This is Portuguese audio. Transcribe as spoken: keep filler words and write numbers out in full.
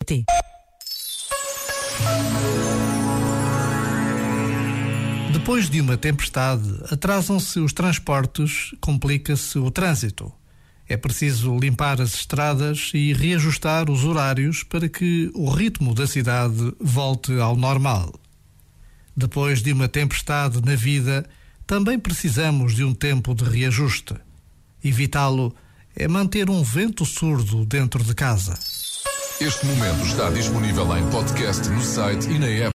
pt. Depois de uma tempestade, atrasam-se os transportes, complica-se o trânsito. É preciso limpar as estradas e reajustar os horários para que o ritmo da cidade volte ao normal. Depois de uma tempestade na vida, também precisamos de um tempo de reajuste. Evitá-lo é manter um vento surdo dentro de casa. Este momento está disponível em podcast no site e na app.